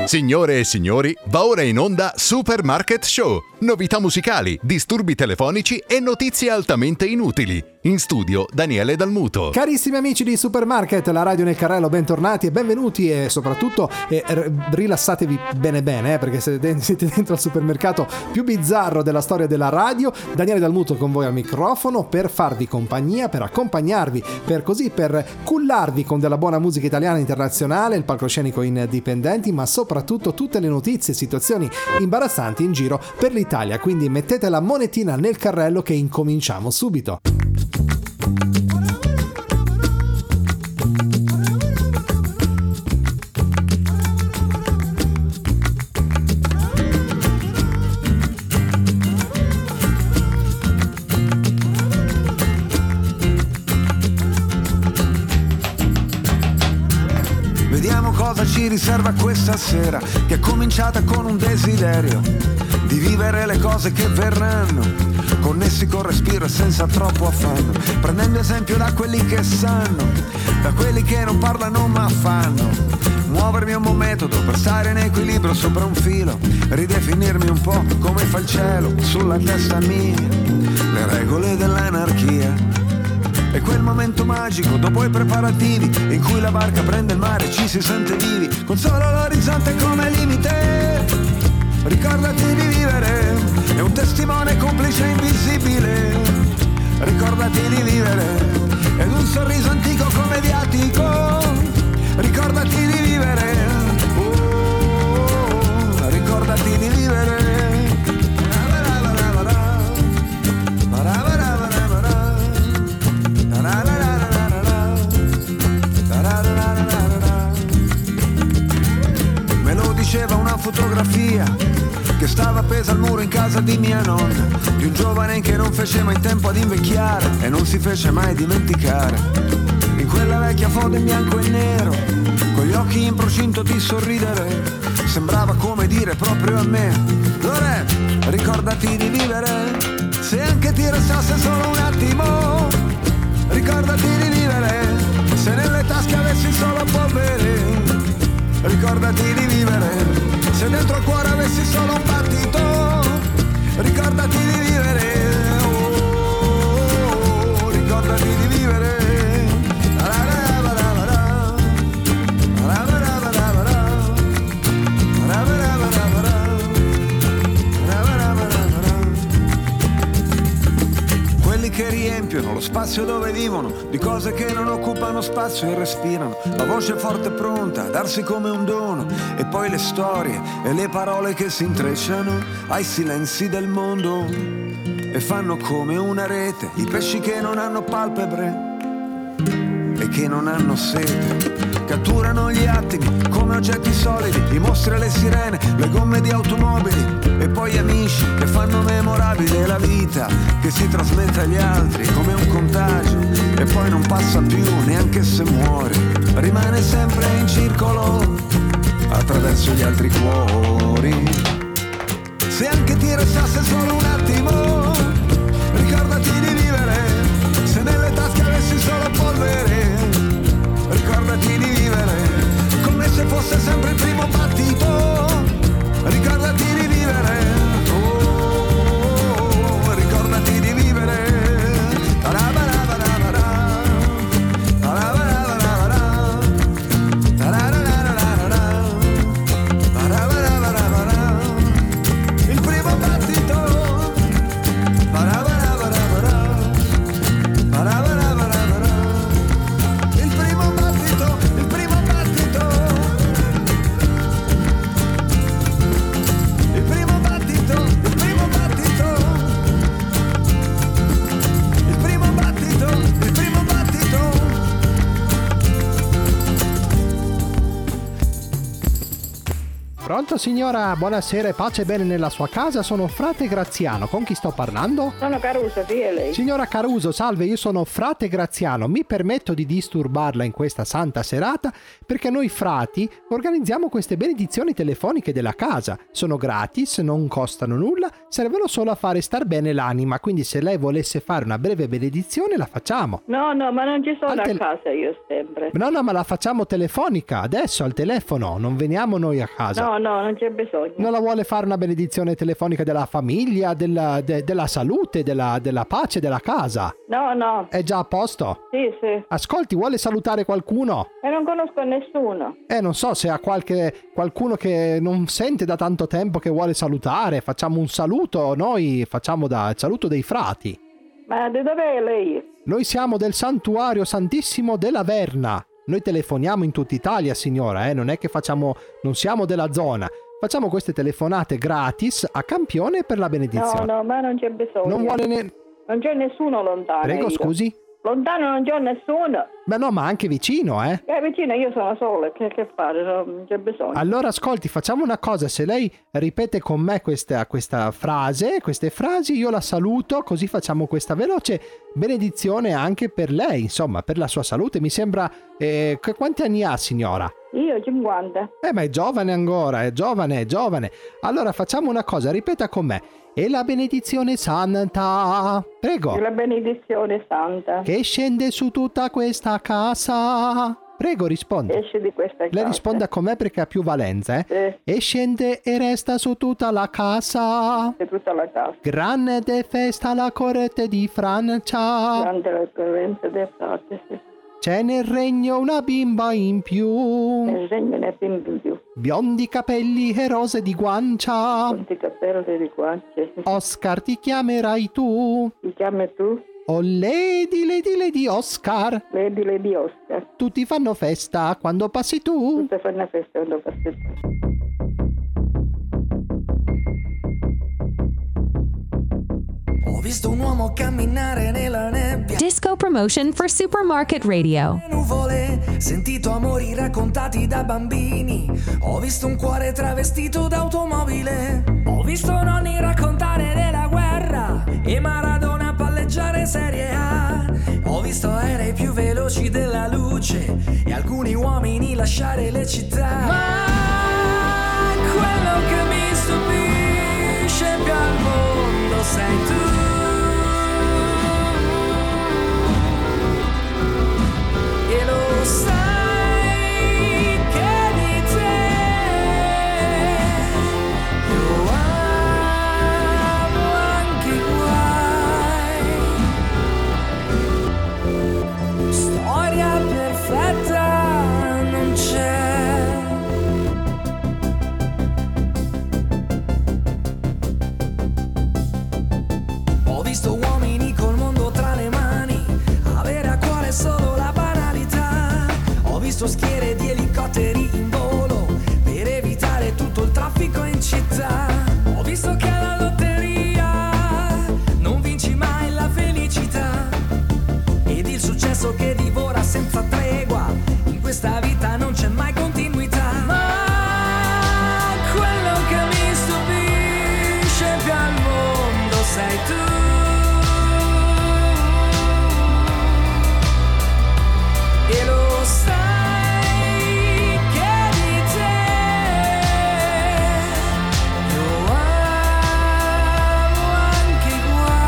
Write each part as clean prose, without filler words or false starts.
Signore e signori, va ora in onda Supermarket Show. Novità musicali, disturbi telefonici e notizie altamente inutili. In studio Daniele Dalmuto. Carissimi amici di Supermarket, la radio nel carrello, bentornati e benvenuti e soprattutto rilassatevi bene perché siete dentro al supermercato più bizzarro della storia della radio. Daniele Dalmuto con voi al microfono per farvi compagnia, per accompagnarvi, per cullarvi con della buona musica italiana e internazionale, il palcoscenico indipendenti, ma soprattutto tutte le notizie e situazioni imbarazzanti in giro per l'Italia. Quindi mettete la monetina nel carrello che incominciamo subito. Vediamo cosa ci riserva questa sera, che è cominciata con un desiderio di vivere le cose che verranno, connessi col respiro e senza troppo affanno, prendendo esempio da quelli che sanno, da quelli che non parlano ma fanno. Muovermi è un buon metodo per stare in equilibrio sopra un filo, ridefinirmi un po' come fa il cielo sulla testa mia, le regole dell'anarchia. È quel momento magico dopo i preparativi in cui la barca prende il mare e ci si sente vivi, con solo l'orizzonte come limite. Ricordati di vivere, è un testimone complice invisibile. Ricordati di vivere, ed un sorriso antico come viatico. Ricordati di vivere, ricordati di vivere. Me lo diceva una fotografia che stava appesa al muro in casa di mia nonna, di un giovane che non fece mai tempo ad invecchiare e non si fece mai dimenticare. In quella vecchia foto in bianco e nero, con gli occhi in procinto di sorridere, sembrava come dire proprio a me: Lore, ricordati di vivere, se anche ti restasse solo un attimo. Ricordati di vivere, se nelle tasche avessi solo polvere. Ricordati di vivere, se dentro al cuore avessi solo un battito. Ricordati di vivere, ricordati di vivere. Quelli che riempiono lo spazio dove vivono di cose che non occupano spazio e respirano, la voce forte e pronta a darsi come un dono, e poi le storie e le parole che si intrecciano ai silenzi del mondo e fanno come una rete i pesci che non hanno palpebre e che non hanno sete. Catturano gli attimi come oggetti solidi, i mostri e le sirene, le gomme di automobili, e poi amici che fanno memorabile la vita che si trasmette agli altri come un contagio e poi non passa più neanche se muore, rimane sempre in circolo attraverso gli altri cuori. Se anche ti restasse solo un attimo, ricordati di vivere, se nelle tasche avessi solo polvere. Ricordati di vivere, come se fosse sempre il primo battito. Ricordati di vivere, ricordati di vivere. Il primo battito. Il Pronto signora, buonasera e pace e bene nella sua casa, sono frate Graziano, con chi sto parlando? Sono Caruso, sì, è lei. Signora Caruso, salve, io sono frate Graziano, mi permetto di disturbarla in questa santa serata perché noi frati organizziamo queste benedizioni telefoniche della casa, sono gratis, non costano nulla, servono solo a fare star bene l'anima, quindi se lei volesse fare una breve benedizione la facciamo. No, ma non ci sono a casa io sempre. No, ma la facciamo telefonica, adesso al telefono, non veniamo noi a casa. No, non c'è bisogno. Non la vuole fare una benedizione telefonica della famiglia, della salute, della pace della casa? No. È già a posto? Sì. Ascolti, vuole salutare qualcuno? E non conosco nessuno. Non so se ha qualcuno che non sente da tanto tempo che vuole salutare. Facciamo un saluto, noi facciamo il saluto dei frati. Ma di dove è lei? Noi siamo del Santuario Santissimo della Verna. Noi telefoniamo in tutta Italia, signora, non è che non siamo della zona. Facciamo queste telefonate gratis a campione per la benedizione. No, ma non c'è bisogno. Non vuole non c'è nessuno lontano. Prego, scusi? Lontano non c'è nessuno. Beh no, ma anche vicino, vicino io sono sola, che fare? Non c'è bisogno. Allora ascolti, facciamo una cosa, se lei ripete con me queste frasi, io la saluto, così facciamo questa veloce benedizione anche per lei, insomma, per la sua salute. Mi sembra... quanti anni ha, signora? Io 50. Ma è giovane ancora, è giovane. Allora facciamo una cosa, ripeta con me. E la benedizione santa, prego. E la benedizione santa che scende su tutta questa casa. Prego, risponda. Esce di questa casa. Lei risponda con me perché ha più valenza, Sì. E scende e resta su tutta la casa. Su tutta la casa. Grande festa la corte di Francia. Grande la corrente del frate, sì. C'è nel regno una bimba in più. Nel regno ne bimba in più. Biondi capelli e rose di guancia. Quanti capelli di guance. Oscar ti chiamerai tu. Ti chiami tu? Oh Lady Oscar. Lady Oscar. Tutti fanno festa quando passi tu. Tutti fanno festa quando passi tu. Ho visto un uomo camminare nella nebbia. Disco promotion for Supermarket Radio. Nuvole, sentito amori raccontati da bambini. Ho visto un cuore travestito d'automobile. Ho visto nonni raccontare della guerra e Maradona palleggiare Serie A. Ho visto aerei più veloci della luce e alcuni uomini lasciare le città. Ma quello che mi stupisce più al mondo sei tu. E lo sai che di te io amo anche i guai. Storia perfetta non c'è. Ho visto uomini col mondo tra le mani, avere a cuore solo la banalità. Ho visto schiere di elicotteri in volo per evitare tutto il traffico in città. Ho visto che alla lotteria non vinci mai la felicità ed il successo che divora senza tregua. In questa vita non c'è mai continuità. Ma quello che mi stupisce più al mondo sei tu. E lo sai che di te io amo anche i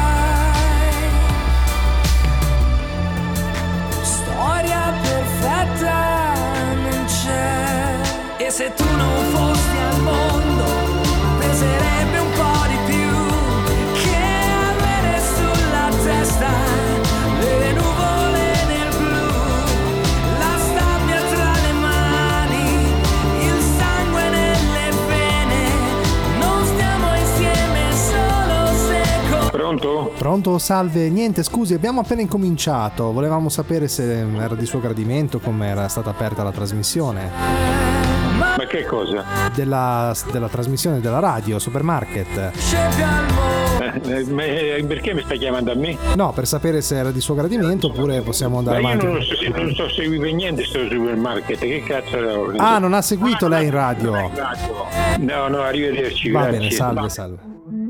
guai. Storia perfetta non c'è. E se tu non fossi al mondo peserebbe un po' di più che avere sulla testa le nuvole nel blu, la sabbia tra le mani, il sangue nelle vene. Non stiamo insieme solo se Pronto, salve. Niente, scusi, abbiamo appena incominciato. Volevamo sapere se era di suo gradimento, come era stata aperta la trasmissione. Ma che cosa? Della trasmissione della radio, Supermarket. Perché mi stai chiamando a me? No, per sapere se era di suo gradimento oppure possiamo andare Ma io avanti. non sto seguendo niente sto supermarket, che cazzo? Ah, non ha seguito lei in radio? No, arrivederci. Va grazie. bene, salve.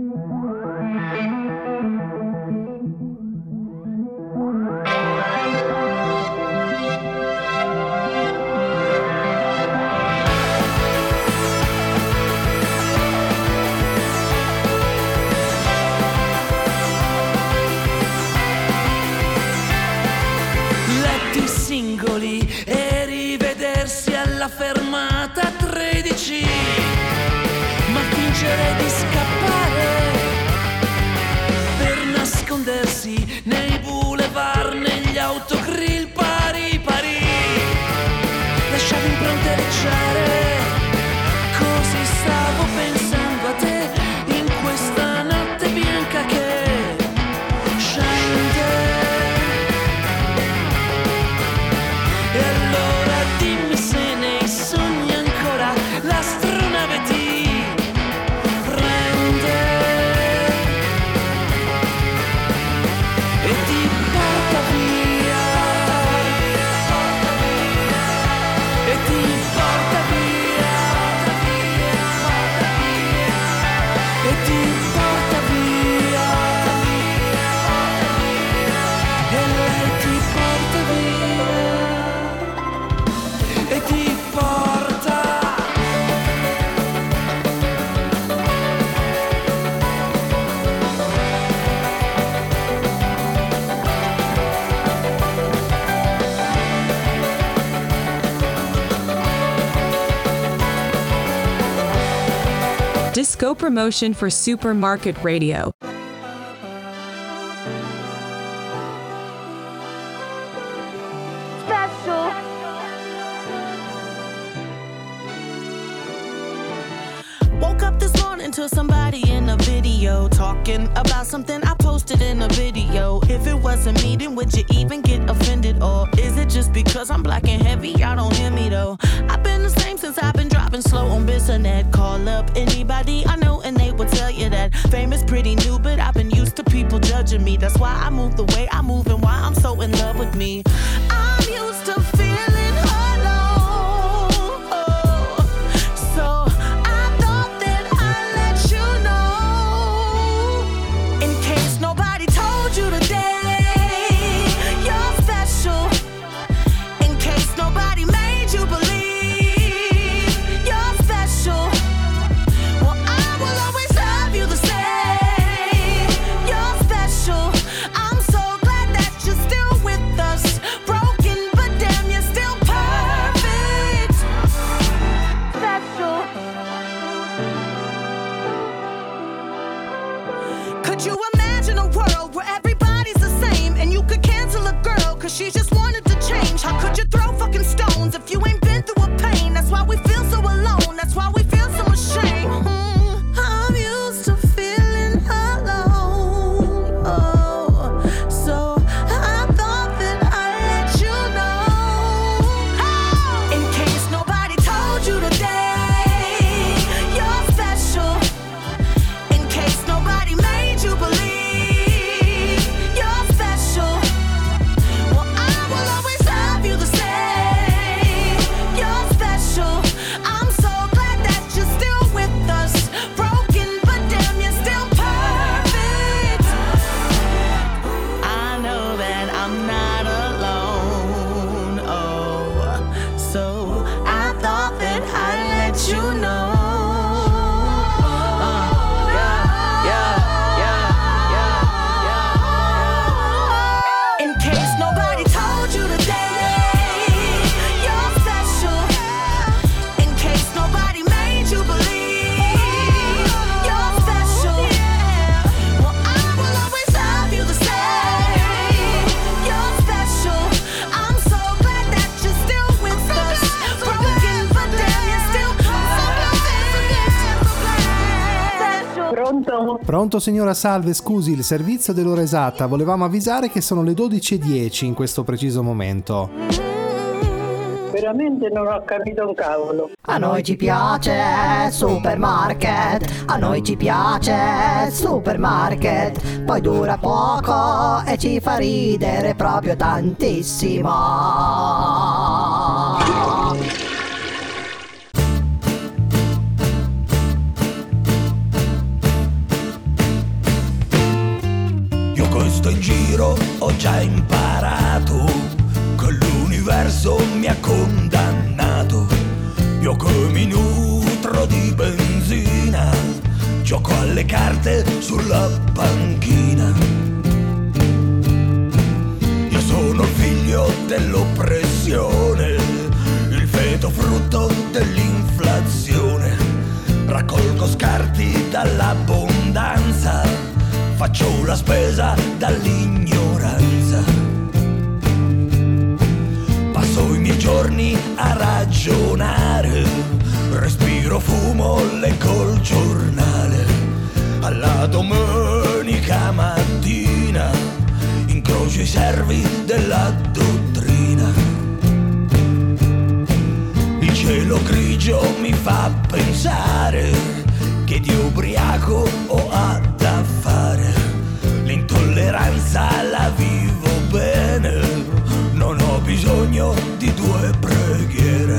Letti singoli e rivedersi alla fermata 13, ma fingere di scappare per nascondersi nei boulevard, negli autogrill pari pari, lasciare impronte leggiere. Così stavo pensando a te in questa notte bianca che scende. E allora dimmi se nei sogni ancora l'astronave ti prende e ti porta via, e ti porta via, e ti porta via, e lei ti porta via, e ti porta. Disco promotion for Supermarket Radio. Woke up this morning to somebody in a video talking about something I posted in a video. If it wasn't me, then would you even get offended? Or is it just because I'm black and heavy? Y'all don't hear me though. I've been the same since I've been dropping slow on Bissonnet. Call up anybody I know and they will tell you that fame is pretty new, but I've been used to people judging me. That's why I move the way I move and why I'm so in love with me. I'm used to feeling alone, so I thought that I'd let you know. In case nobody told you today, you're special. In case nobody made you believe you're special. Well, I will always love you the same. You're special. I'm so glad that you're still with us. Broken, but damn, you're still perfect. Special. Could you imagine a world where everybody's the same and you could cancel a girl cause she just wanted to change? How could you throw fucking stones if you ain't been through a pain? That's why we feel so alone. That's why we feel so ashamed. I'm used to feeling alone. Oh, so I thought that I'd let you know. In case nobody told you today, you're special. In case nobody made you believe you're special. Well, I will always love you the same. You're special. I'm so glad that you're still with us. Broken, but damn, you're still perfect. I know that I'm not alone. Oh, so I thought that I'd let you know. In case nobody told you today, you're special. In case nobody made you believe you're special. Well, I will always love you the same. You're special. I'm so glad that you're still with us. Broken, but damn, you're still special. Pronto? Pronto signora, salve, scusi, il servizio dell'ora esatta. Volevamo avvisare che sono le 12:10 in questo preciso momento. veramente non ho capito un cavolo. A noi ci piace Supermarket, a noi ci piace Supermarket, poi dura poco e ci fa ridere proprio tantissimo. Io questo in giro ho già imparato che l'universo mi ha condannato. Io che mi nutro di benzina, gioco alle carte sulla panchina. Io sono figlio dell'oppressione, il feto frutto dell'inflazione. Raccolgo scarti dall'abbondanza, faccio la spesa dall'ignoranza. Passo i miei giorni a ragionare, respiro fumo, leggo il giornale. Alla domenica mattina incrocio i servi della dottrina. Il cielo grigio mi fa pensare che di ubriaco ho da fare. L'intolleranza la vivo bene, non ho bisogno di due preghiere.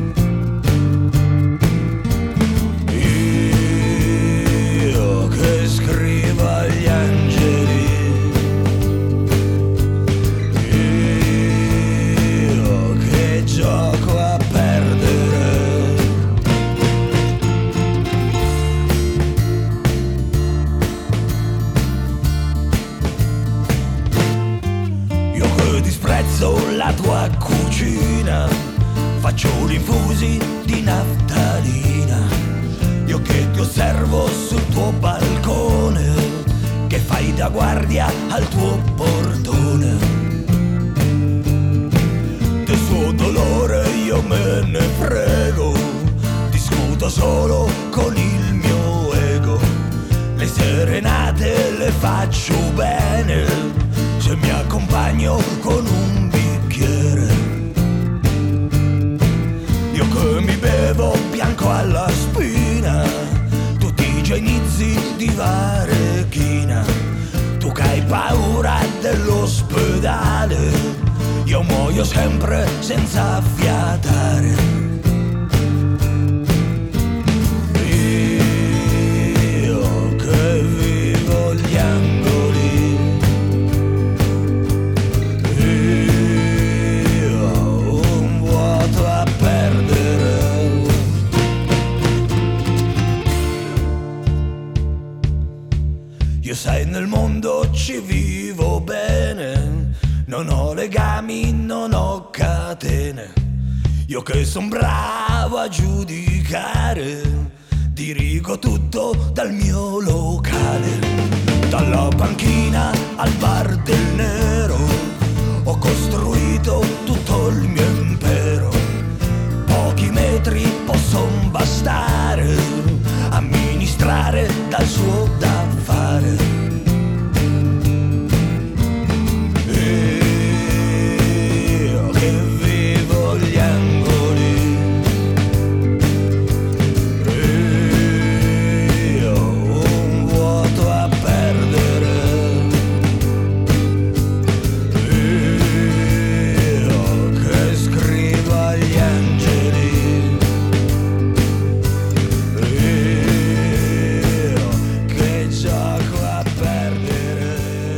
Io che scrivo agli angeli, io che gioco a perdere. La tua cucina, faccio infusi di naftalina. Io che ti osservo sul tuo balcone, che fai da guardia al tuo portone. Del suo dolore io me ne frego, discuto solo con il mio ego. Le serenate le faccio bene, se mi accompagno con un bicchiere. Io che mi bevo bianco alla spina, tutti i genizi di varechina. Tu che hai paura dell'ospedale, io muoio sempre senza fiatare. Io che vivo gli angoli, sai, nel mondo ci vivo bene, non ho legami, non ho catene. Io che son bravo a giudicare, dirigo tutto dal mio locale. Dalla panchina al bar del nero ho costruito tutto il mio impero. Pochi metri possono bastare, amministrare dal suo da fare. Io che vivo gli angoli, io un vuoto a perdere, io che scrivo agli angeli, io che gioco a perdere.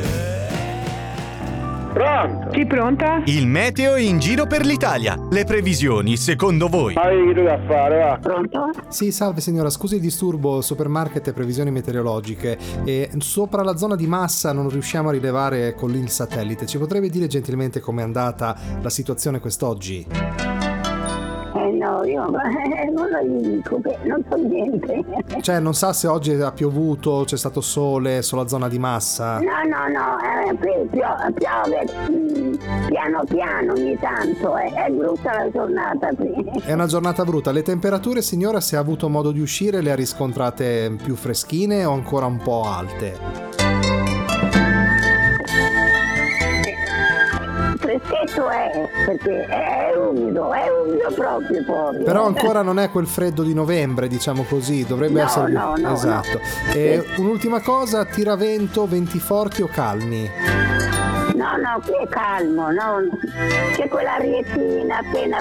Pronto? Sì, pronta? Il meteo in giro per l'Italia. Le previsioni, secondo voi? Ma che tu da fare, va? Pronto? Sì, salve signora, scusi il disturbo, Supermarket e previsioni meteorologiche. E sopra la zona di Massa non riusciamo a rilevare con il satellite. Ci potrebbe dire gentilmente com'è andata la situazione quest'oggi? No, io non lo dico, non so niente. Cioè, non sa se oggi ha piovuto, c'è stato sole sulla zona di Massa? No, piove piano piano ogni tanto, è brutta la giornata qui. È una giornata brutta. Le temperature, signora, se ha avuto modo di uscire, le ha riscontrate più freschine o ancora un po' alte? freschetto è, perché è umido proprio. Però ancora non è quel freddo di novembre, diciamo così, dovrebbe essere... No, esatto. no. E un'ultima cosa, tiravento, venti forti o calmi? No, qui è calmo, no? C'è quella rietina appena.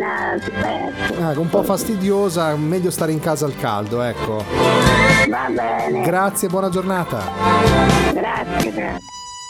Un po' fastidiosa, meglio stare in casa al caldo, ecco. Va bene. Grazie, buona giornata. Grazie.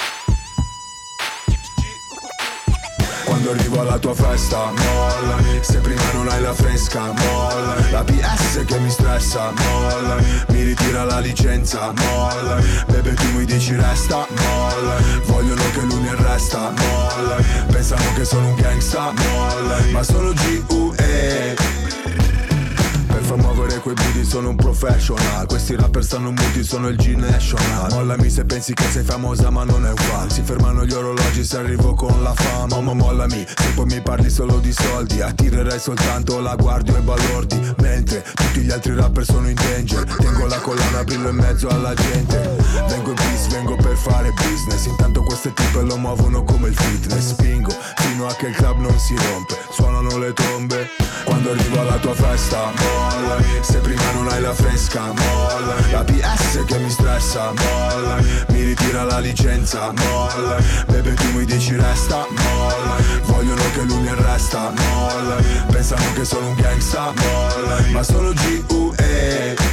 Quando arrivo alla tua festa, molla. Se prima non hai la fresca, molla. La PS che mi stressa, molla. Mi ritira la licenza, molla. Bebe tu mi dici resta, molla. Vogliono che lui mi arresta, molla. Pensano che sono un gangsta, molla. Ma sono G.U.E. Per far muovere quei booty sono un professional. Questi rapper stanno muti, sono il G-National. Mollami se pensi che sei famosa ma non è un fan. Si fermano gli orologi se arrivo con la fama. Ma mollami se poi mi parli solo di soldi. Attirerai soltanto la guardia e balordi. Mentre tutti gli altri rapper sono in danger. Tengo la collana, brillo in mezzo alla gente. Vengo in peace, vengo per fare business. Intanto queste tipe lo muovono come il fitness. Spingo fino a che il club non si rompe. Suonano le trombe quando arrivo alla tua festa, molla. Se prima non hai la fresca, molla. La PS che mi stressa, molla. Mi ritira la licenza, molla. Bebe tu mi dici resta, molla. Vogliono che lui mi arresta, molla. Pensano che sono un gangsta, molla. Ma sono G.U.E.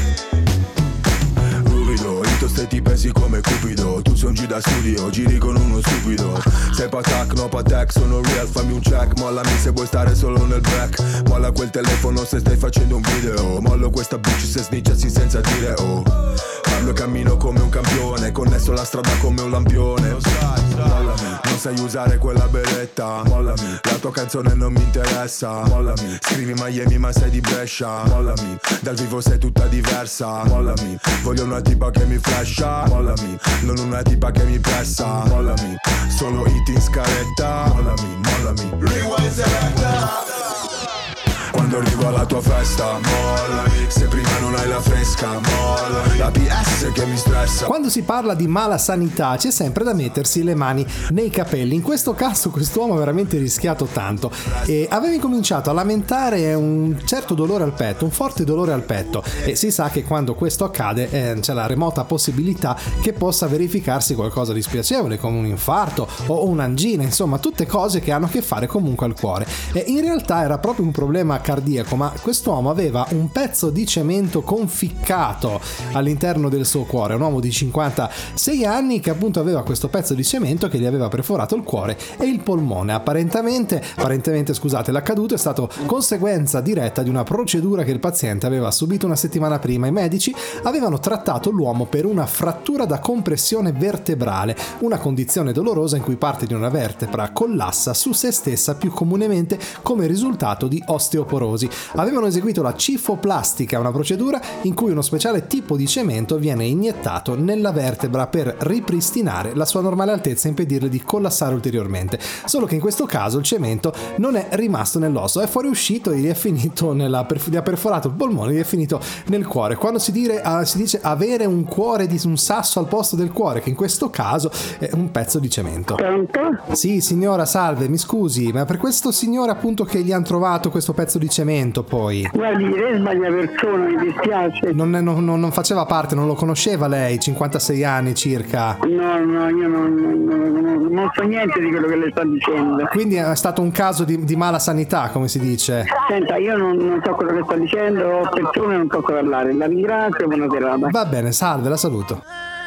Ito ste ti pensi come Cupido. Tu sei un G da studio, giri con uno stupido. Sei patac, no patac, sono real, fammi un check. Mollami se vuoi stare solo nel back. Molla quel telefono se stai facendo un video. Mollo questa bitch se snitchassi senza dire oh. Parlo e cammino come un campione, connesso la strada come un lampione. Mollami, non sai usare quella beretta. Mollami, la tua canzone non mi interessa. Mollami, scrivi Miami ma sei di Brescia. Mollami, dal vivo sei tutta diversa. Mollami, voglio una tipa che mi flasha. Mollami, non una tipa che mi pressa. Mollami, solo hit in scaletta. Mollami, rewind selecta. Quando arrivo alla tua festa, molla. Se prima non hai la fresca, molla. La PS che mi stressa. Quando si parla di mala sanità c'è sempre da mettersi le mani nei capelli. In questo caso quest'uomo ha veramente rischiato tanto e aveva incominciato a lamentare un certo dolore al petto, un forte dolore al petto, e si sa che quando questo accade c'è la remota possibilità che possa verificarsi qualcosa di spiacevole come un infarto o un'angina, insomma tutte cose che hanno a che fare comunque al cuore. E in realtà era proprio un problema cardiaco, ma quest'uomo aveva un pezzo di cemento conficcato all'interno del suo cuore. Un uomo di 56 anni che appunto aveva questo pezzo di cemento che gli aveva perforato il cuore e il polmone. Apparentemente l'accaduto è stato conseguenza diretta di una procedura che il paziente aveva subito una settimana prima. I medici avevano trattato l'uomo per una frattura da compressione vertebrale, una condizione dolorosa in cui parte di una vertebra collassa su se stessa, più comunemente come risultato di osteoporosi. Avevano eseguito la cifoplastica, una procedura in cui uno speciale tipo di cemento viene iniettato nella vertebra per ripristinare la sua normale altezza e impedirle di collassare ulteriormente. Solo che in questo caso il cemento non è rimasto nell'osso, è fuoriuscito e gli è finito gli ha perforato il polmone, gli è finito nel cuore. Quando si dice avere un cuore di un sasso al posto del cuore, che in questo caso è un pezzo di cemento. Pronto? Sì, signora, salve, mi scusi, ma per questo signore appunto che gli hanno trovato questo pezzo di cemento poi? Guardi, lei sbaglia persona, mi dispiace. Non faceva parte, non lo conosceva lei, 56 anni circa. No, io non so niente di quello che le sta dicendo. Quindi è stato un caso di mala sanità, come si dice? Senta, io non so quello che sta dicendo, ho persone, non posso parlare. La ringrazio, buona serata. Va bene, salve, la saluto.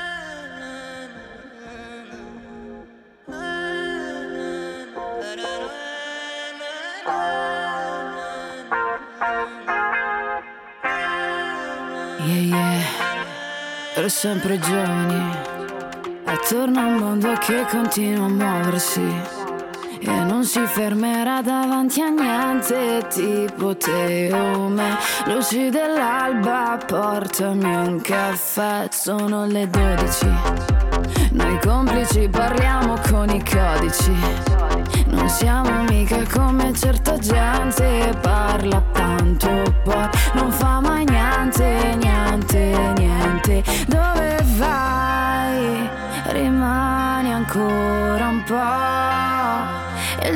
Per sempre giovani, attorno a un mondo che continua a muoversi e non si fermerà davanti a niente, tipo te o me. Luci dell'alba, portami un caffè, sono le 12. Noi complici parliamo con i codici, non siamo mica come certa gente. Parla tanto poi non fa mai niente, niente, niente. Dove vai? Rimani ancora un po'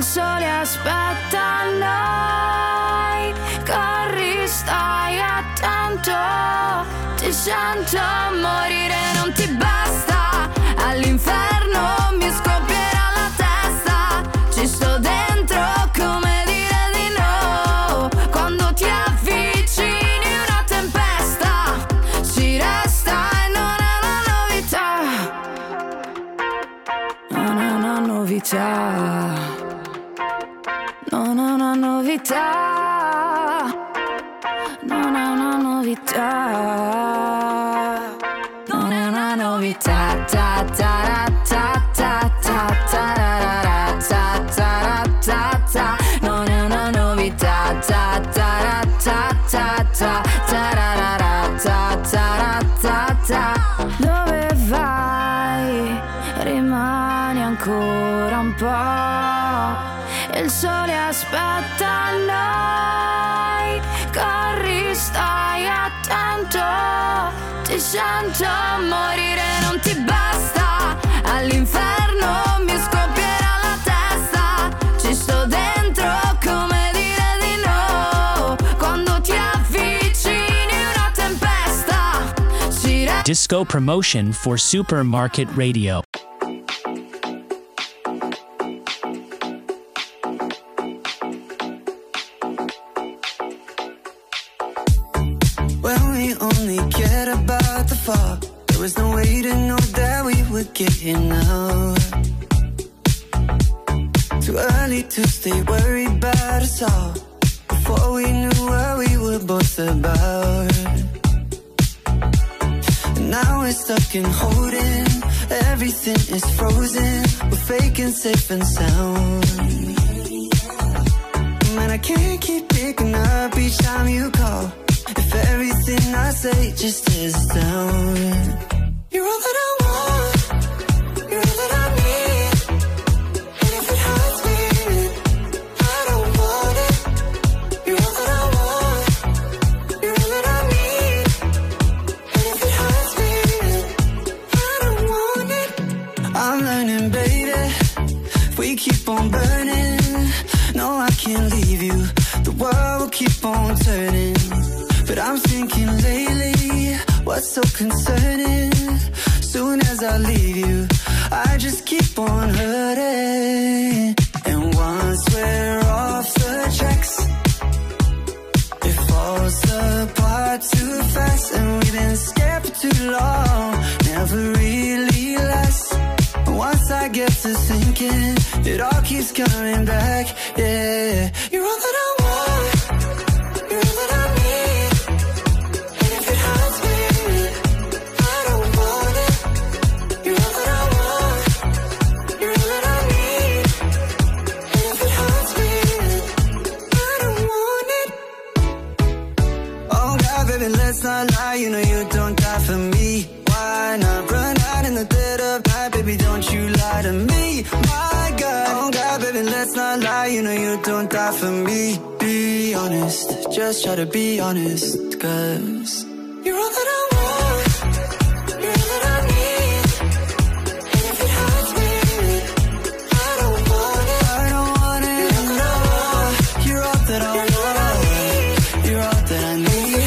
tanto, ti sento morire, non ti basta, all'inferno mi scoppierà la testa, ci sto dentro come dire di no, quando ti avvicini una tempesta, ci resta e non è una novità, non è una novità, non è una novità, non è una novità, non è una novità, ta ta ta ta ta ta ta ta ta ta ta, non è una novità, ta ta ta ta ta ta ta ta ta. Dove vai? Rimani ancora un po', il sole aspetta noi, corri, stai attento, ti sento morire, non ti basta, all'inferno mi scoppierà la testa, ci sto dentro come dire di no, quando ti avvicini una tempesta, ci Disco promotion for Supermarket Radio. Only cared about the fall. There was no way to know that we would get here now. Too early to stay worried about us all, before we knew what we were both about. And now we're stuck in holding, everything is frozen, we're faking safe and sound. Man, I can't keep picking up each time you call, if everything I say just is down. You're all that I want, you're all that I need, and if it hurts me, I don't want it. You're all that I want, you're all that I need, and if it hurts me, I don't want it. I'm learning, baby, if we keep on burning, no, I can't leave you, the world will keep on turning. But I'm thinking lately, what's so concerning? Soon as I leave you, I just keep on hurting. And once we're off the tracks, it falls apart too fast. And we've been scared for too long, never really lasts. And once I get to thinking, it all keeps coming back, yeah. You're all that I want, you're all that I need. Let's not lie, you know you don't die for me. Why not run out in the dead of night, baby, don't you lie to me. My God, oh God, baby, let's not lie, you know you don't die for me. Be honest, just try to be honest, 'cause you're all that I want, you're all that I need, and if it hurts me, I don't want it, I don't want it. You're all that I want, you're all that I want, you're all that I need.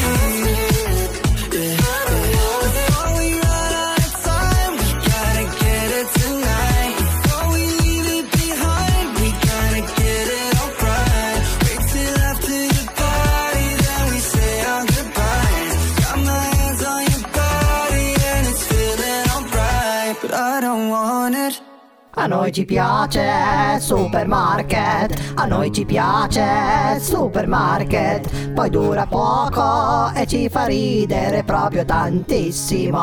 A noi ci piace Supermarket, a noi ci piace Supermarket, poi dura poco e ci fa ridere proprio tantissimo.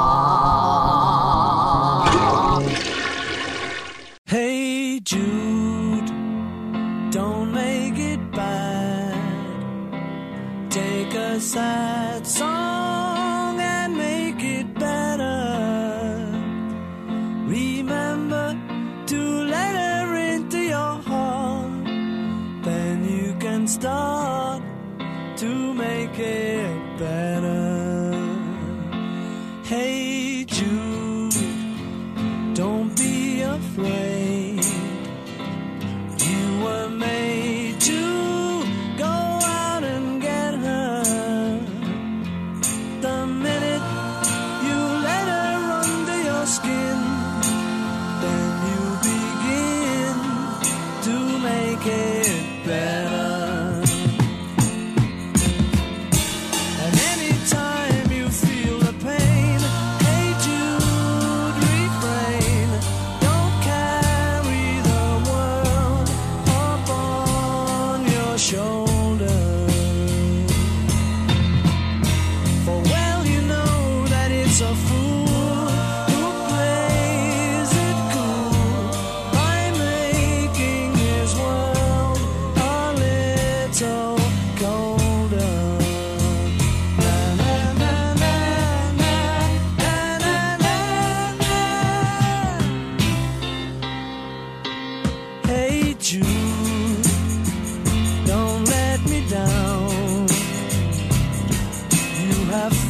Hey Jude, don't make it bad. Take a sad song and make it better. Remember to let her into your heart, then you can start to make it better. Hey Jude, don't be afraid. You were made to go out and get her.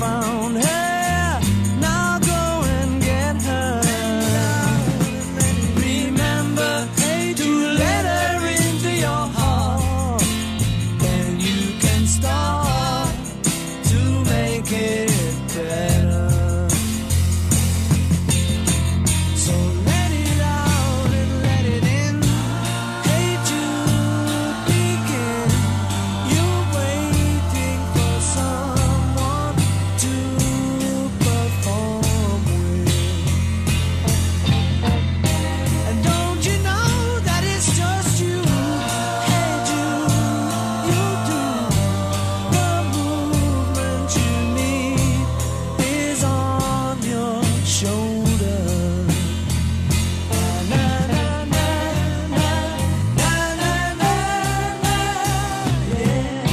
found her. Now go and get her. Remember to let her into your heart, and you can start to make it better. So let it out and let it in. Hate you begin. You're waiting for someone to perform with. And don't you know that it's just you? Hate you do. The movement you need is on your shoulder. Na na na na na na na na, yeah.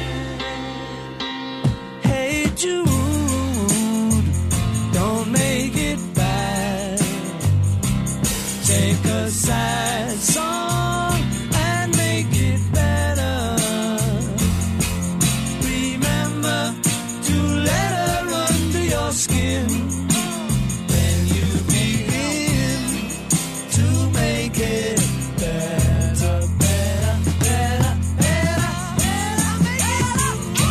Hey Jude, don't make it bad. Take a sad song and make it better. Remember to let her under your skin. Then you begin to make it better, better, better, better, better, better.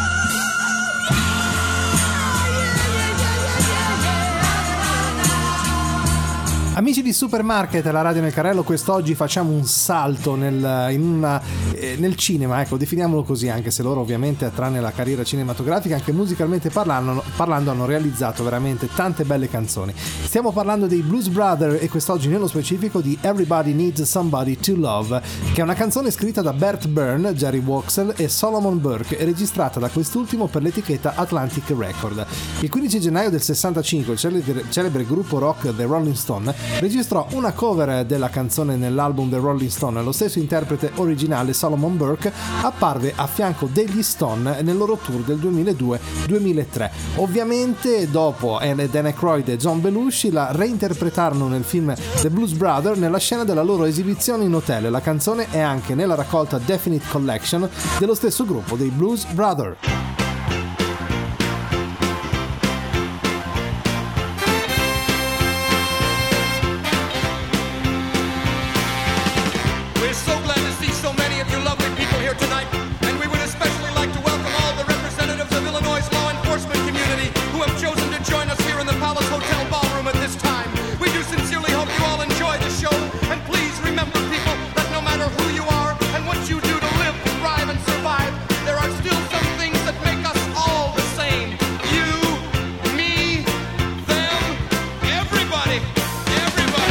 Amici di Supermarket, la radio nel carrello, quest'oggi facciamo un salto nel cinema, ecco, definiamolo così, anche se loro ovviamente, tranne la carriera cinematografica, anche musicalmente parlando hanno realizzato veramente tante belle canzoni. Stiamo parlando dei Blues Brothers e quest'oggi nello specifico di Everybody Needs Somebody to Love, che è una canzone scritta da Bert Byrne, Jerry Woxell e Solomon Burke e registrata da quest'ultimo per l'etichetta Atlantic Record. Il 15 gennaio del 65 il celebre gruppo rock The Rolling Stone registrò una cover della canzone nell'album The Rolling Stone. Lo stesso interprete originale, Solomon Burke, apparve a fianco degli Stone nel loro tour del 2002-2003. Ovviamente dopo Dan Aykroyd e John Belushi la reinterpretarono nel film The Blues Brothers nella scena della loro esibizione in hotel. La canzone è anche nella raccolta Definite Collection dello stesso gruppo dei Blues Brothers. We're so glad to see so many of you lovely people here tonight, and we would especially like to welcome all the representatives of Illinois' law enforcement community who have chosen to join us here in the Palace Hotel ballroom at this time. We do sincerely hope you all enjoy the show, and please remember, people, that no matter who you are and what you do to live, thrive, and survive, there are still some things that make us all the same. You, me, them, everybody, everybody.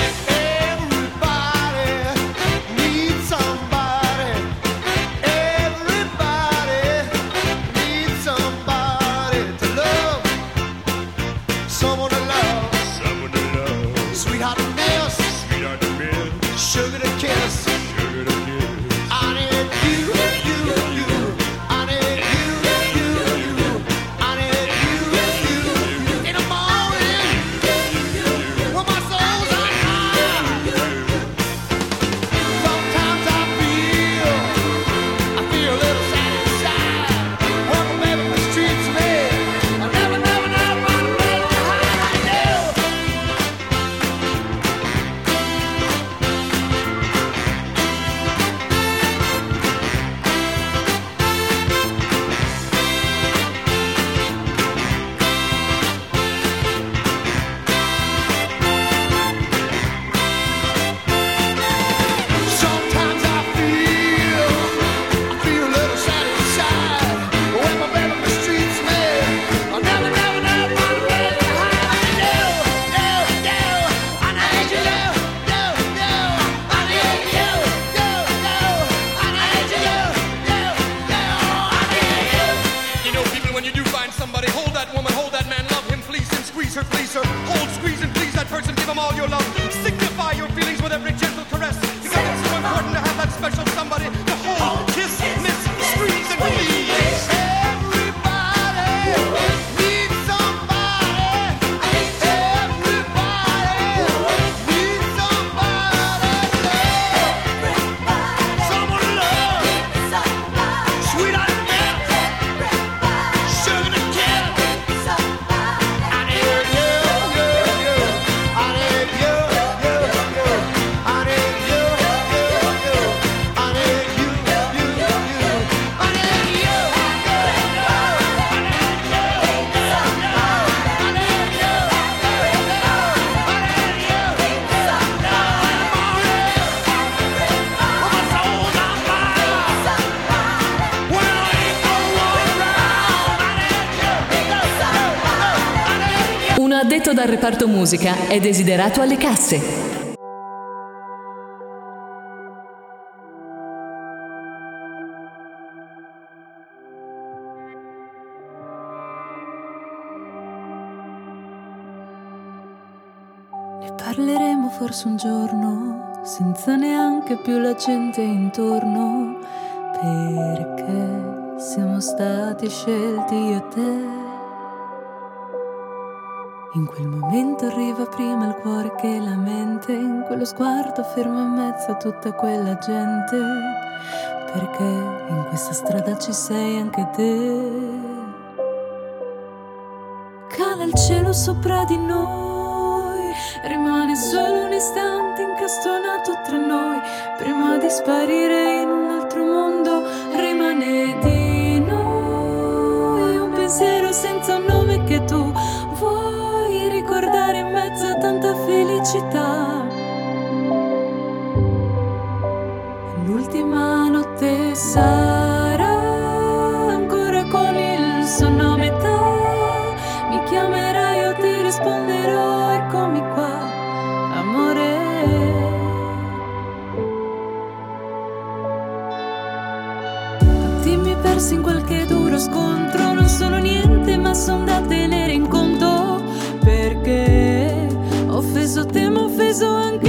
Needs somebody. Everybody needs somebody to love. Someone to love. Someone to love. Sweetheart to miss. Sweetheart to miss. Sugar to kiss. Sugar to kiss. I need you, you. I need you. I need you. In the morning, when my soul's on fire. Sometimes I feel a little sad inside. When my baby mistreats me, I never want to make it hide. Sometimes I feel a little sad inside. When my baby mistreats me, I never want to make it hide. I need you. I need you. I need you. You know, people, when you do find somebody, hold that woman, hold that man, love him, please him, squeeze her, please her. Hold, squeeze, and please that person, give him all your love. Signify your feelings with every gentle caress, because it's so important to have that special somebody to hold, kiss, miss, squeeze, and please. Everybody needs somebody. Everybody needs somebody to love. Someone to love. Sweetheart to miss. Sugar to kiss. L'addetto dal reparto musica è desiderato alle casse. Ne parleremo forse un giorno, senza neanche più la gente intorno, perché siamo stati scelti io e te. In quel momento arriva prima il cuore che la mente, in quello sguardo fermo in mezzo a tutta quella gente, perché in questa strada ci sei anche te. Cala il cielo sopra di noi, rimane solo un istante incastonato tra noi, prima di sparire in un altro mondo. Rimane di noi un pensiero senza un nome che tu vuoi ricordare in mezzo a tanta felicità. L'ultima notte sarà ancora con il sonno a metà. Mi chiamerai, io ti risponderò, eccomi qua, amore. Attimi persi in qualche duro scontro, non sono niente ma son da tenere in conto, perché ho offeso te ma ho offeso anche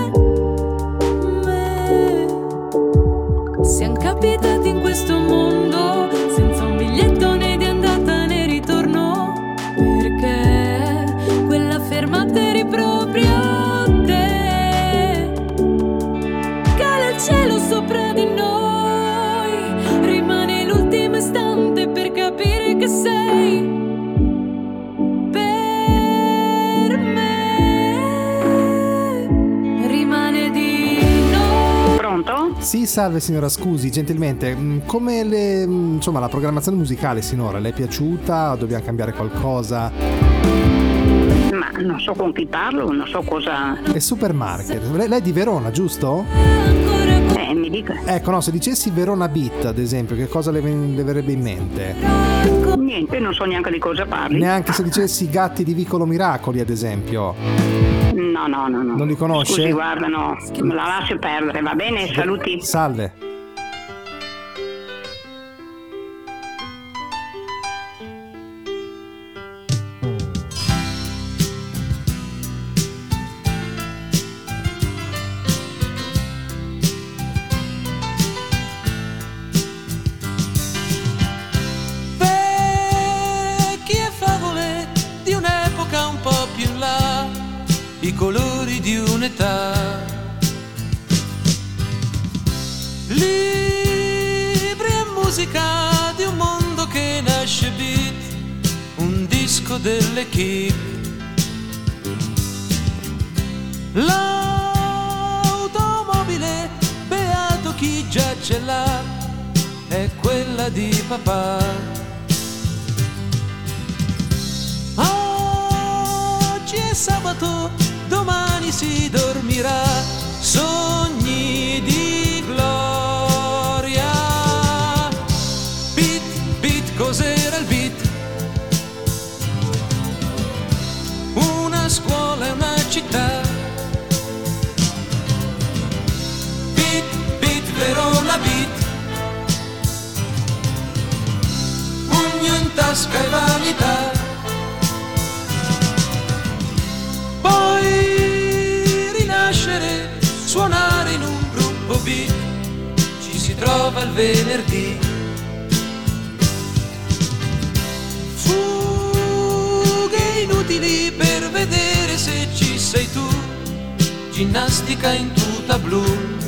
me. Siamo capitati in questo mondo senza un biglietto né di andata né ritorno, perché quella fermata eri proprio te. Cala il cielo sopra di noi, rimane l'ultimo istante per capire che sei per me. Rimane di noi. Pronto? Sì, salve signora, scusi, gentilmente, come insomma, la programmazione musicale sinora, le è piaciuta? Dobbiamo cambiare qualcosa? Ma non so con chi parlo, non so cosa. È Supermarket. Lei è di Verona, giusto? Mi dica. Ecco, no, se dicessi Verona Beat, ad esempio, che cosa le verrebbe in mente? Niente, non so neanche di cosa parli. Neanche se dicessi Gatti di Vicolo Miracoli, ad esempio. No. Non li conosce? Scusi, guarda, no, me la lascio perdere, va bene? Saluti. Salve. Vecchie favole di un'epoca un po' più in là, i colori di un'età, libri e musica di un mondo che nasce beat, un disco dell'Equipe, l'automobile, beato chi già ce l'ha, è quella di papà. Oggi è sabato, domani si dormirà, sogni di gloria. Beat, beat, cos'era il beat? Una scuola e una città. Beat, beat, Verona beat. Pugno in tasca e vanità. Suonare in un gruppo beat, ci si trova il venerdì. Fughe inutili per vedere se ci sei tu, ginnastica in tuta blu.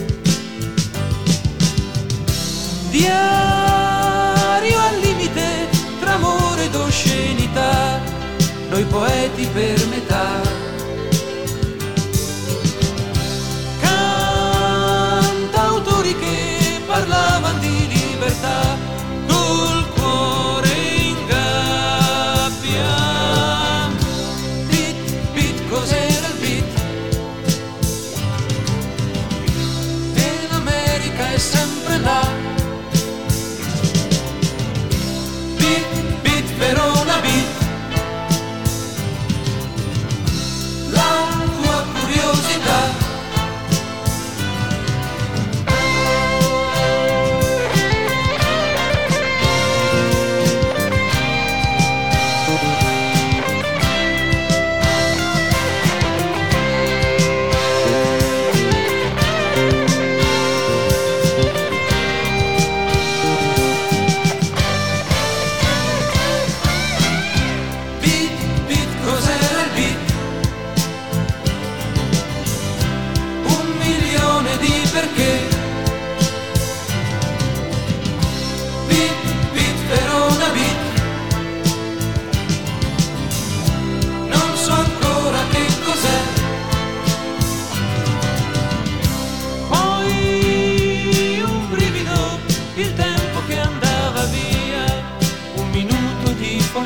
Diario al limite tra amore ed oscenità, noi poeti per metà. Che parlavano di libertà, col cuore in gabbia. Beat, beat, cos'era il beat? E l'America è sempre là. Beat, beat, Verona beat.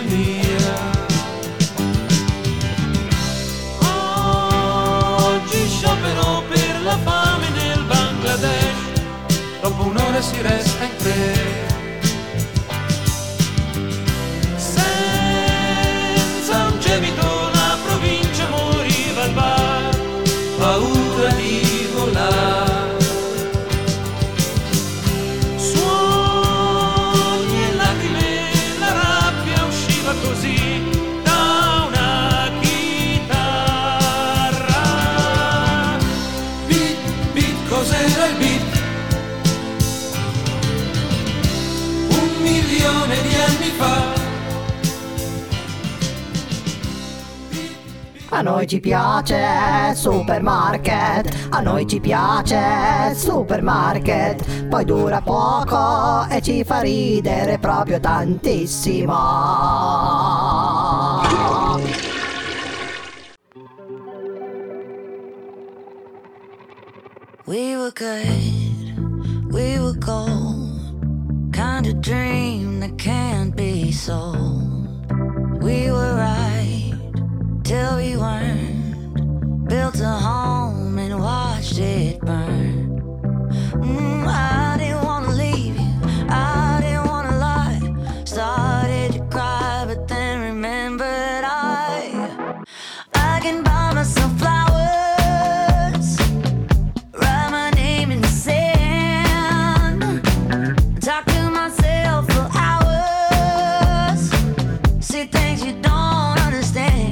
mia. Oggi sciopero per la fame nel Bangladesh, dopo un'ora si resta in tre. Senza un gemito la provincia moriva al bar, paura di volare. Suoni e lacrime, la rabbia usciva così da una chitarra. Beat, beat, cos'era il beat? 1.000.000 di anni fa. A noi ci piace Supermarket, a noi ci piace Supermarket, poi dura poco e ci fa ridere proprio tantissimo. We were good, we were gold, kind of dream that can't be sold. We were right till we weren't, built a home and watched it burn. I didn't wanna leave you, I didn't wanna lie, started to cry but then remembered I can buy myself flowers, write my name in the sand, talk to myself for hours, see things you don't understand.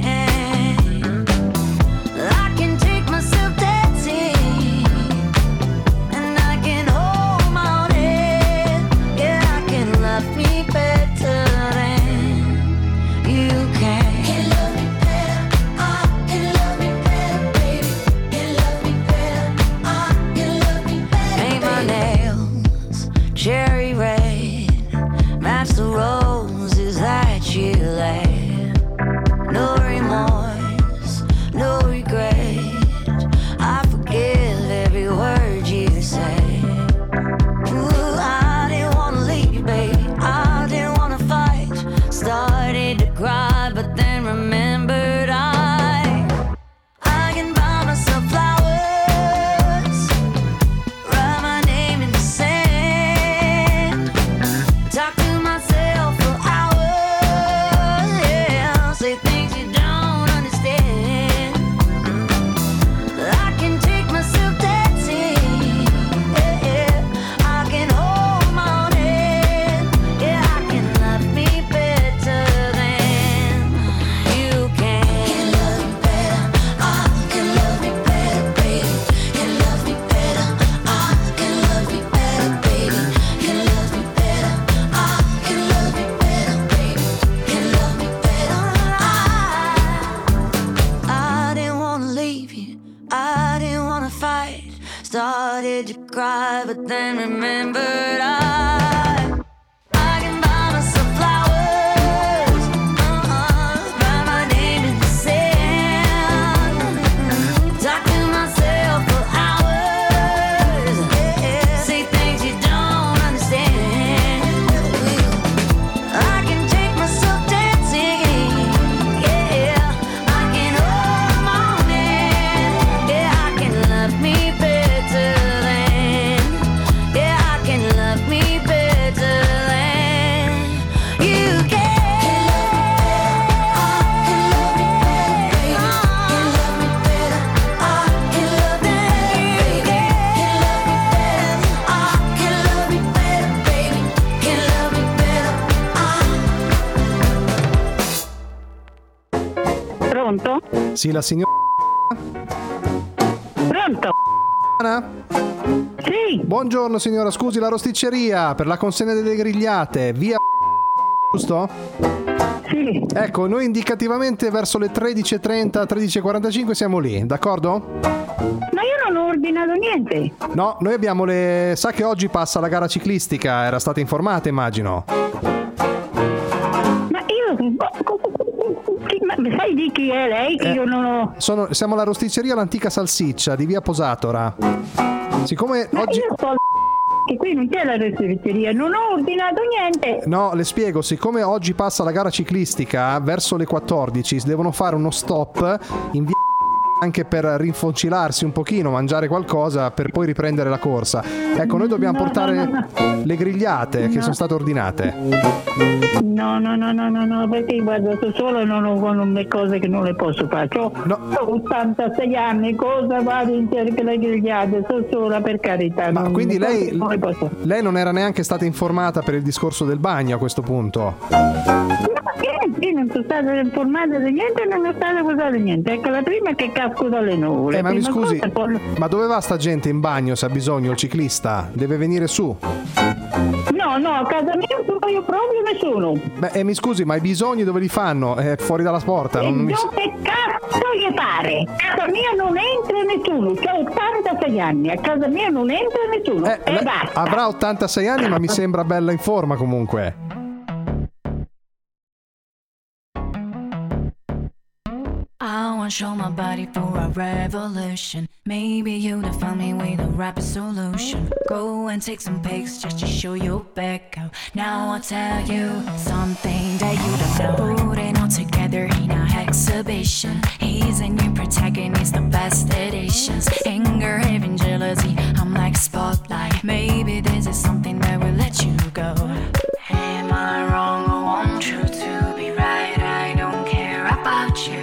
I can take myself dancing, and I can hold my own head. Yeah, I can love me better than you can. Can love me better, I can love me better, baby. Can love me better, I can love me better. Paint my nails cherry red, match the roses that you laid. No remorse, no regret, I forgive every word you say. Ooh, I didn't wanna leave you, baby, I didn't wanna fight, started to cry but then remembered I can buy myself flowers, write my name in the sand, talk to myself for hours, yeah, say things you don't understand. I can take myself dancing, yeah, I can hold my own head, yeah, I can love me better than you can. Can love me better, I can love me better, baby. Can love me better, I can love me better, baby. Can love me better, I can love me better, baby. Can love me better, I didn't wanna leave you, I didn't wanna fight, started to cry but then remembered I can buy myself flowers, write my name in the sand, talk to myself for hours, yeah, say things you don't understand. I can take myself dancing, yeah, I can hold my own hand, yeah, I can love me better than, yeah, I can love me better than you can. Can love me better, I can love me better, can love me better, baby. Can love me better, I can love me better, baby. Can love me better. Pronto? Sì, la signora. Pronto? Sì. Buongiorno signora, scusi, la rosticceria per la consegna delle grigliate, via giusto? Sì. Ecco, noi indicativamente verso le 13.30, 13.45 siamo lì, d'accordo? Ma io non ho ordinato niente. No, noi abbiamo le... Sa che oggi passa la gara ciclistica, era stata informata immagino. Ma io... Ma sai di chi è lei? Che io non ho... Siamo alla rosticceria L'Antica Salsiccia di via Posatora. Siccome oggi... che qui non c'è la restritteria, non ho ordinato niente. No, le spiego, siccome oggi passa la gara ciclistica verso le 14, devono fare uno stop in via anche per rinfocilarsi un pochino, mangiare qualcosa per poi riprendere la corsa. Ecco, noi dobbiamo portare le grigliate che sono state ordinate. No, perché guarda, sto sola, non ho con le cose che non le posso fare. Ho 86 anni, cosa vado in cerca le grigliate? Sono sola, per carità. Ma quindi lei non non era neanche stata informata per il discorso del bagno a questo punto? Io non sono stata informata di niente, non è stata accusata di niente. Ecco, la prima che casco dalle nuvole. Ma mi Prima scusi, cosa, poi- ma dove va sta gente in bagno se ha bisogno? Il ciclista deve venire su. No, a casa mia non voglio proprio nessuno. Beh, mi scusi, ma i bisogni dove li fanno? Fuori dalla porta? Non mi... Dove cazzo gli pare? A casa mia non entra nessuno. Ho 86 anni, a casa mia non entra nessuno. E lei basta. avrà 86 anni, ma mi sembra bella in forma comunque. I wanna show my body for a revolution. Maybe you'd have found me with a rapid solution. Go and take some pics just to show your back out. Now I'll tell you something that you don't know. Put it all together in a exhibition. He's a new protagonist, the best editions. Anger, even jealousy, I'm like spotlight. Maybe this is something that will let you go. Am I wrong? I want you to be right. I don't care about you.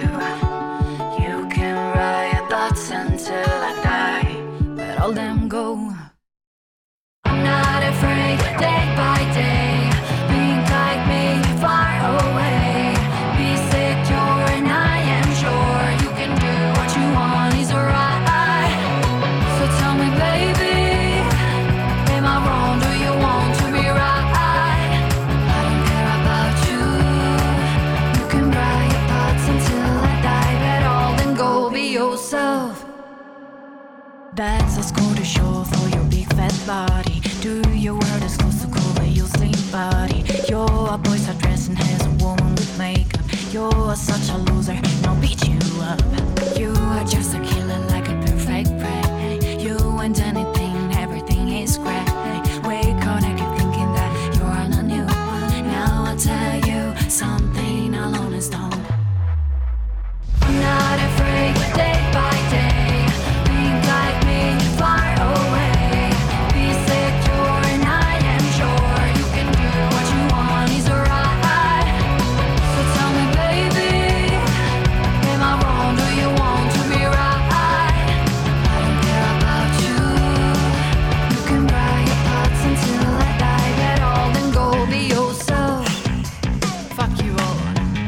Until I die, but all them go. I'm not afraid, day by day. Think like me, far away. Be secure and I am sure you can do what you want is right. So tell me, baby, am I wrong? Do you want to be right? I don't care about you. You can write your thoughts until I die, but all them go. Be yourself. That's a score to show for your big fat body. Do your word as close to cover your slim body. You're a boy's dress and has a woman with makeup. You're such a loser, and I'll beat you up. You are just a killer like a perfect prey. You ain't anything, everything is great. Wake up, I keep thinking that you're on a new one. Now I'll tell you something alone is done. I'm not afraid, day by day. Like me, far away. Be secure and I am sure you can do what you want is right. So tell me, baby, am I wrong? Do you want to be right? I don't care about you. You can write your thoughts until I die. Let all them go, be yourself. Fuck you all.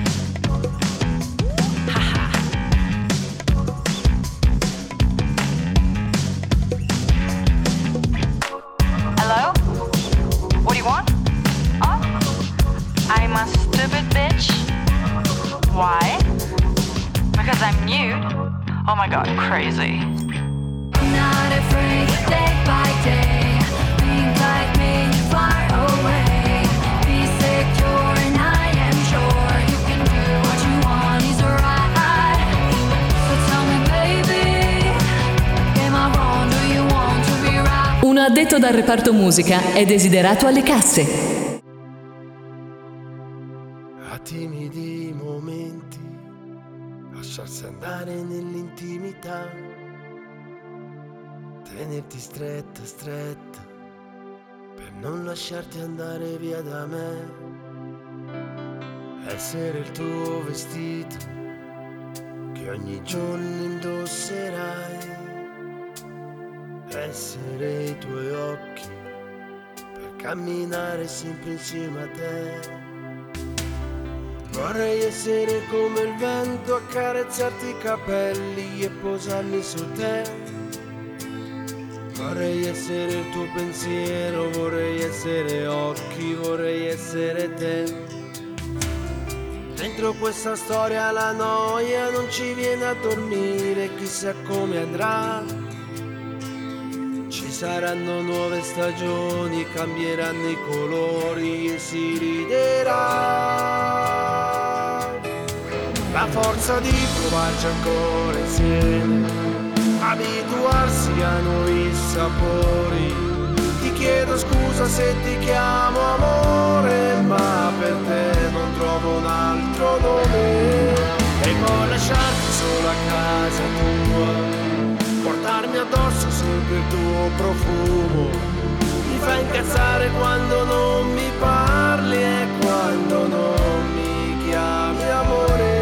Hello? What do you want? Oh? I'm a stupid bitch. Why? Because I'm nude? Oh my god, crazy. Not afraid, day by day. Think like me, far away. Be secure and I am sure you can do what you want is right. So tell me, baby, am I wrong? Do you want to be right? Un addetto dal reparto musica è desiderato alle casse. A timidi momenti, lasciarsi andare nell'intimità, tenerti stretta, stretta, per non lasciarti andare via da me, essere il tuo vestito che ogni giorno indosserai, essere i tuoi occhi per camminare sempre insieme a te. Vorrei essere come il vento, accarezzarti i capelli e posarmi su te. Vorrei essere il tuo pensiero, vorrei essere occhi, vorrei essere te. Dentro questa storia la noia non ci viene a dormire, chissà come andrà. Ci saranno nuove stagioni, cambieranno i colori e si riderà. La forza di provarci ancora insieme, abituarsi a nuovi sapori, di chiedo scusa se ti chiamo amore, ma per te non trovo un altro nome. E poi lasciarti solo a casa tua, portarmi addosso sempre il tuo profumo. Mi fa incazzare quando non mi parli e quando non mi chiami amore.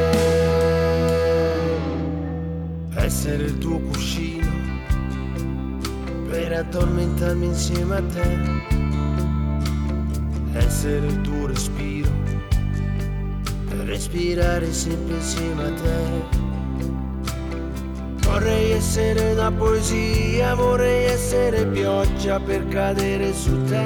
Essere il tuo cuscino per addormentarmi insieme a te, essere il tuo respiro per respirare sempre insieme a te. Vorrei essere una poesia, vorrei essere pioggia per cadere su te.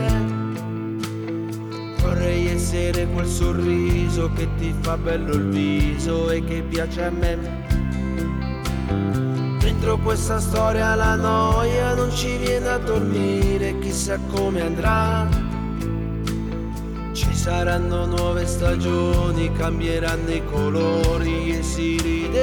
Vorrei essere quel sorriso che ti fa bello il viso e che piace a me. Dentro questa storia la noia non ci viene a dormire, chissà come andrà. Ci saranno nuove stagioni, cambieranno i colori e si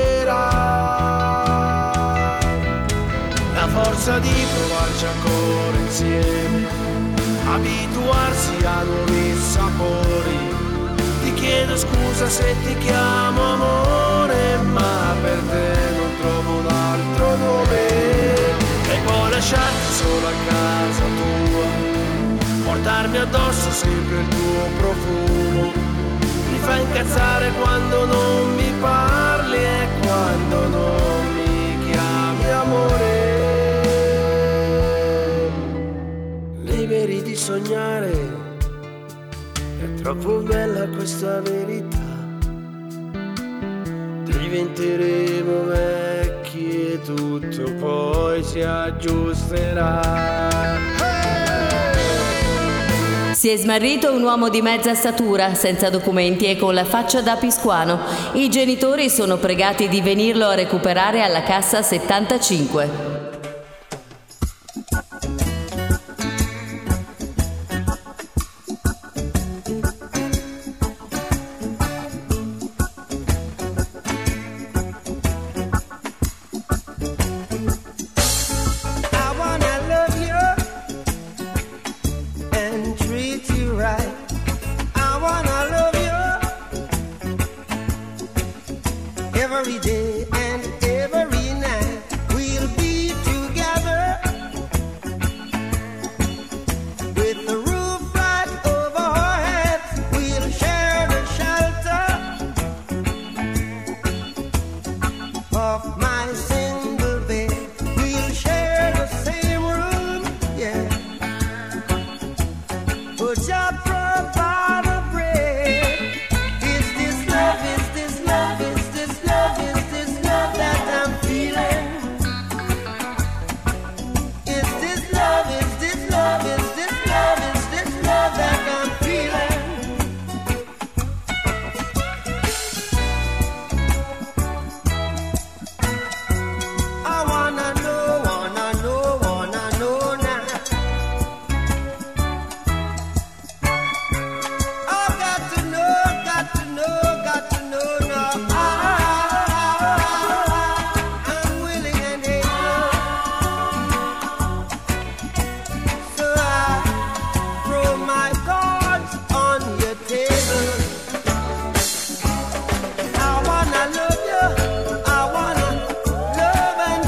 riderà. La forza di provarci ancora insieme, abituarsi a nuovi sapori. Ti chiedo scusa se ti chiamo amore, ma per te non trovo un altro nome. E poi lasciarti solo a casa tua, portarmi addosso sempre il tuo profumo. Mi fa incazzare quando non mi parli e quando non mi chiami amore. Liberi di sognare, è troppo bella questa verità. Diventeremo vecchi e tutto poi si aggiusterà. Si è smarrito un uomo di mezza statura, senza documenti e con la faccia da piscuano. I genitori sono pregati di venirlo a recuperare alla cassa 75. Every day and every night we'll be together with the roof right over our heads. We'll share the shelter of my single bed. We'll share the same room, yeah. But just provide a bread. Is this love? Is this love? Is this love? Is this love that I'm feeling? Is this love? Is this love? Is this love? Is this love that I'm feeling? I wanna know now. I've got to know now. I'm willing and able. So I throw my cards on your table. I wanna love you. I wanna love and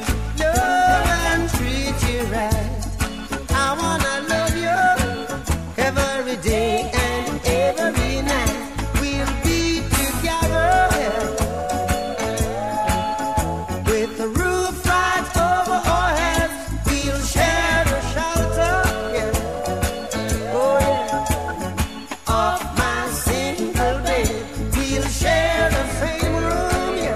treat you right. I wanna love you every day and every night. We'll be together with the roof right over our heads. We'll share the shelter, yeah. Oh yeah, of my single bed. We'll share the same room, yeah.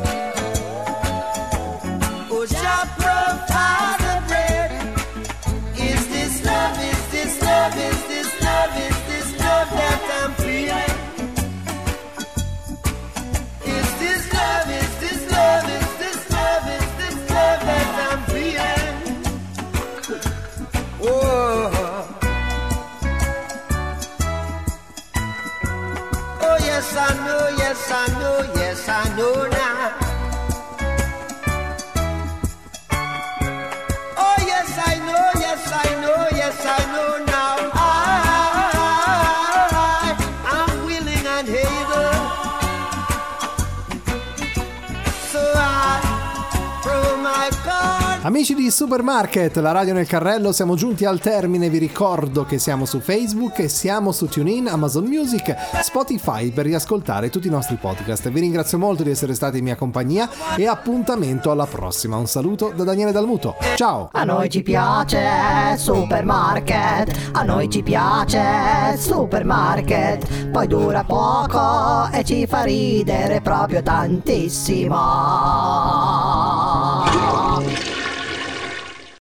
Oh, just provide the bread. Is this love? Is this love? Is this love? Is this love that I'm feeling? Is this love? Is this love? Is this love? Is this love that I'm feeling? Oh, oh yes I know, yes I know, yes I know now. Oh yes I know, yes I know, Amici di Supermarket, la radio nel carrello, siamo giunti al termine. Vi ricordo che siamo su Facebook e siamo su TuneIn, Amazon Music, Spotify per riascoltare tutti i nostri podcast. Vi ringrazio molto di essere stati in mia compagnia e appuntamento alla prossima. Un saluto da Daniele Dalmuto. Ciao! A noi ci piace Supermarket, a noi ci piace Supermarket, poi dura poco e ci fa ridere proprio tantissimo.